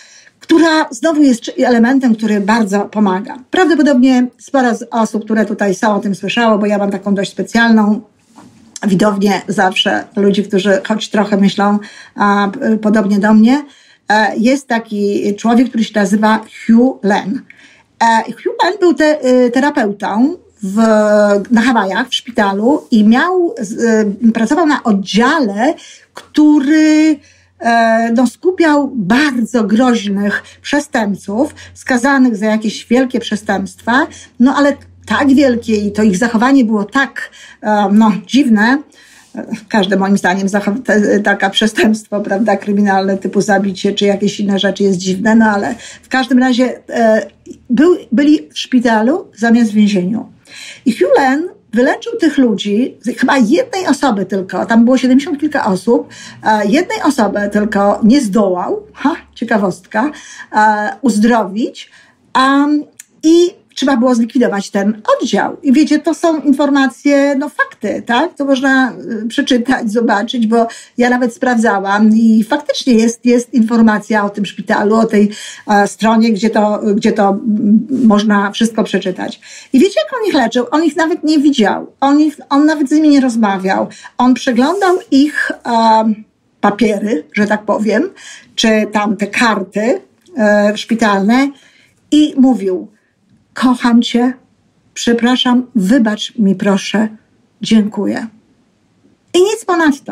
która znowu jest elementem, który bardzo pomaga. Prawdopodobnie sporo osób, które tutaj są, o tym słyszało, bo ja mam taką dość specjalną widownię zawsze, ludzi, którzy choć trochę myślą a, podobnie do mnie. E, jest taki człowiek, który się nazywa Hew Len. E, Hew Len był te, e, terapeutą, W, na Hawajach w szpitalu i miał, y, pracował na oddziale, który e, no, skupiał bardzo groźnych przestępców, skazanych za jakieś wielkie przestępstwa, no ale tak wielkie i to ich zachowanie było tak e, no, dziwne, każde moim zdaniem taka przestępstwo, prawda, kryminalne typu zabicie czy jakieś inne rzeczy jest dziwne, no ale w każdym razie e, był, byli w szpitalu zamiast w więzieniu. I Hew Len wyleczył tych ludzi, chyba jednej osoby tylko, tam było siedemdziesiąt kilka osób, jednej osoby tylko nie zdołał, ha, ciekawostka, uzdrowić um, i trzeba było zlikwidować ten oddział. I wiecie, to są informacje, no fakty, tak? To można przeczytać, zobaczyć, bo ja nawet sprawdzałam i faktycznie jest, jest informacja o tym szpitalu, o tej e, stronie, gdzie to, gdzie to m, można wszystko przeczytać. I wiecie, jak on ich leczył? On ich nawet nie widział. On, ich, on nawet z nimi nie rozmawiał. On przeglądał ich e, papiery, że tak powiem, czy tam te karty e, szpitalne i mówił: kocham cię, przepraszam, wybacz mi proszę, dziękuję. I nic ponadto.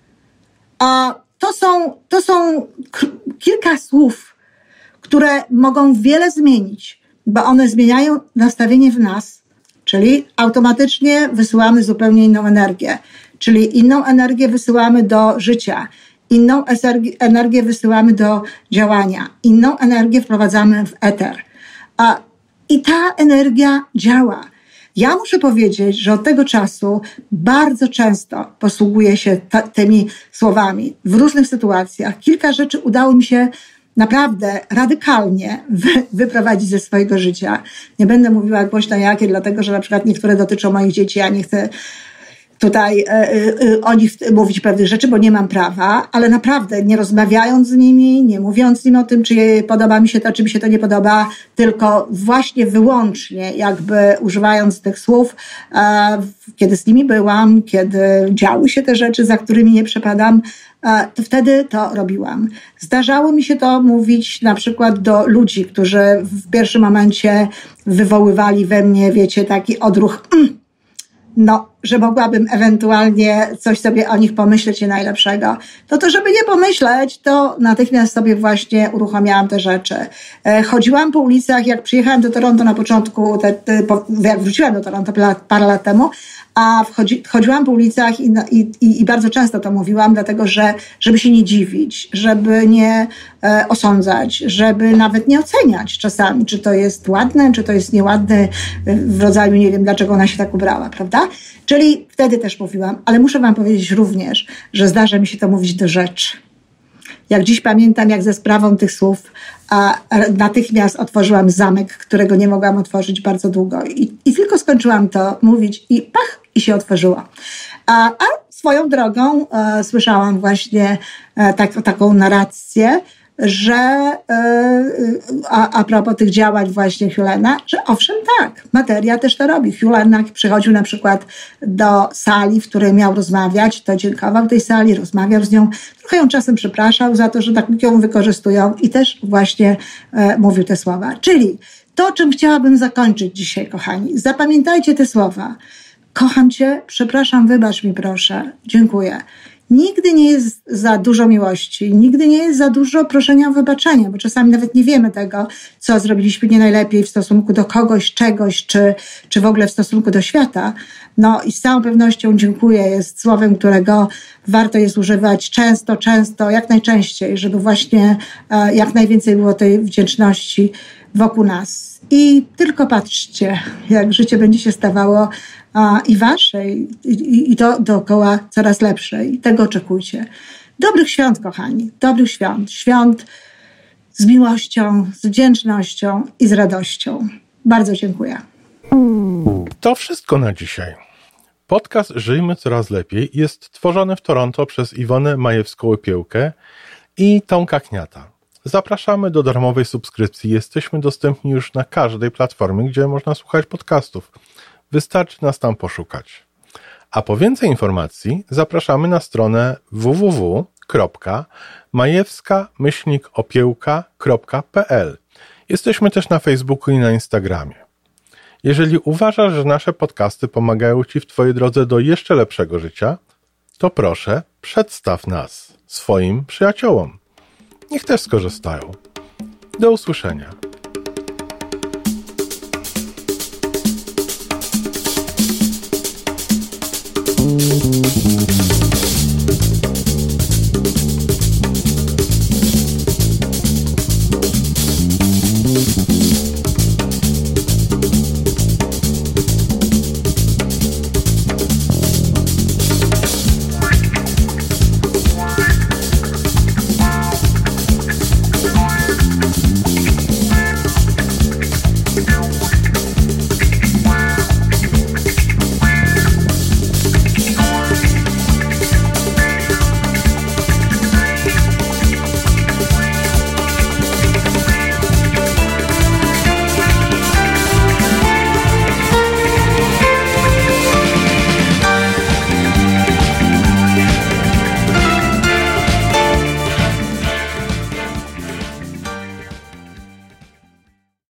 A to są, to są kilka słów, które mogą wiele zmienić, bo one zmieniają nastawienie w nas, czyli automatycznie wysyłamy zupełnie inną energię, czyli inną energię wysyłamy do życia, inną energię wysyłamy do działania, inną energię wprowadzamy w eter. A I ta energia działa. Ja muszę powiedzieć, że od tego czasu bardzo często posługuję się ta, tymi słowami w różnych sytuacjach. Kilka rzeczy udało mi się naprawdę radykalnie wy, wyprowadzić ze swojego życia. Nie będę mówiła głośno jakie, dlatego że na przykład niektóre dotyczą moich dzieci, ja nie chcę tutaj y, y, o nich mówić pewnych rzeczy, bo nie mam prawa, ale naprawdę nie rozmawiając z nimi, nie mówiąc z nimi o tym, czy podoba mi się to, czy mi się to nie podoba, tylko właśnie wyłącznie jakby używając tych słów, y, kiedy z nimi byłam, kiedy działy się te rzeczy, za którymi nie przepadam, y, to wtedy to robiłam. Zdarzało mi się to mówić na przykład do ludzi, którzy w pierwszym momencie wywoływali we mnie, wiecie, taki odruch, mm, no, że mogłabym ewentualnie coś sobie o nich pomyśleć i najlepszego. To to, żeby nie pomyśleć, to natychmiast sobie właśnie uruchamiałam te rzeczy. Chodziłam po ulicach, jak przyjechałam do Toronto na początku, te, te, jak wróciłam do Toronto parę lat temu, a wchodzi, chodziłam po ulicach i, i, i bardzo często to mówiłam, dlatego że, żeby się nie dziwić, żeby nie e, osądzać, żeby nawet nie oceniać czasami, czy to jest ładne, czy to jest nieładne, w rodzaju nie wiem, dlaczego ona się tak ubrała, prawda? Czyli wtedy też mówiłam, ale muszę wam powiedzieć również, że zdarza mi się to mówić do rzeczy. Jak dziś pamiętam, jak ze sprawą tych słów a, natychmiast otworzyłam zamek, którego nie mogłam otworzyć bardzo długo. I, i tylko skończyłam to mówić i pach, i się otworzyło. A, a swoją drogą e, słyszałam właśnie e, tak, taką narrację, że e, a, a propos tych działań właśnie Hulena, że owszem tak, materia też to robi. Hulen przychodził na przykład do sali, w której miał rozmawiać, to dziękował tej sali, rozmawiał z nią, trochę ją czasem przepraszał za to, że tak ją wykorzystują i też właśnie e, mówił te słowa. Czyli to, czym chciałabym zakończyć dzisiaj, kochani, zapamiętajcie te słowa. Kocham cię, przepraszam, wybacz mi proszę, dziękuję. Nigdy nie jest za dużo miłości, nigdy nie jest za dużo proszenia o wybaczenie, bo czasami nawet nie wiemy tego, co zrobiliśmy nie najlepiej w stosunku do kogoś, czegoś, czy, czy w ogóle w stosunku do świata. No i z całą pewnością dziękuję jest słowem, którego warto jest używać często, często, jak najczęściej, żeby właśnie e, jak najwięcej było tej wdzięczności wokół nas. I tylko patrzcie, jak życie będzie się stawało a, i wasze, i, i, i to dookoła coraz lepsze. I tego oczekujcie. Dobrych świąt, kochani. Dobrych świąt. Świąt z miłością, z wdzięcznością i z radością. Bardzo dziękuję. To wszystko na dzisiaj. Podcast Żyjmy Coraz Lepiej jest tworzony w Toronto przez Iwonę Majewską-Opiełkę i Tomka Kniata. Zapraszamy do darmowej subskrypcji. Jesteśmy dostępni już na każdej platformie, gdzie można słuchać podcastów. Wystarczy nas tam poszukać. A po więcej informacji zapraszamy na stronę w w w kropka majewska myślnik opiełka kropka p l. Jesteśmy też na Facebooku i na Instagramie. Jeżeli uważasz, że nasze podcasty pomagają Ci w Twojej drodze do jeszcze lepszego życia, to proszę, przedstaw nas swoim przyjaciołom. Niech też skorzystają. Do usłyszenia.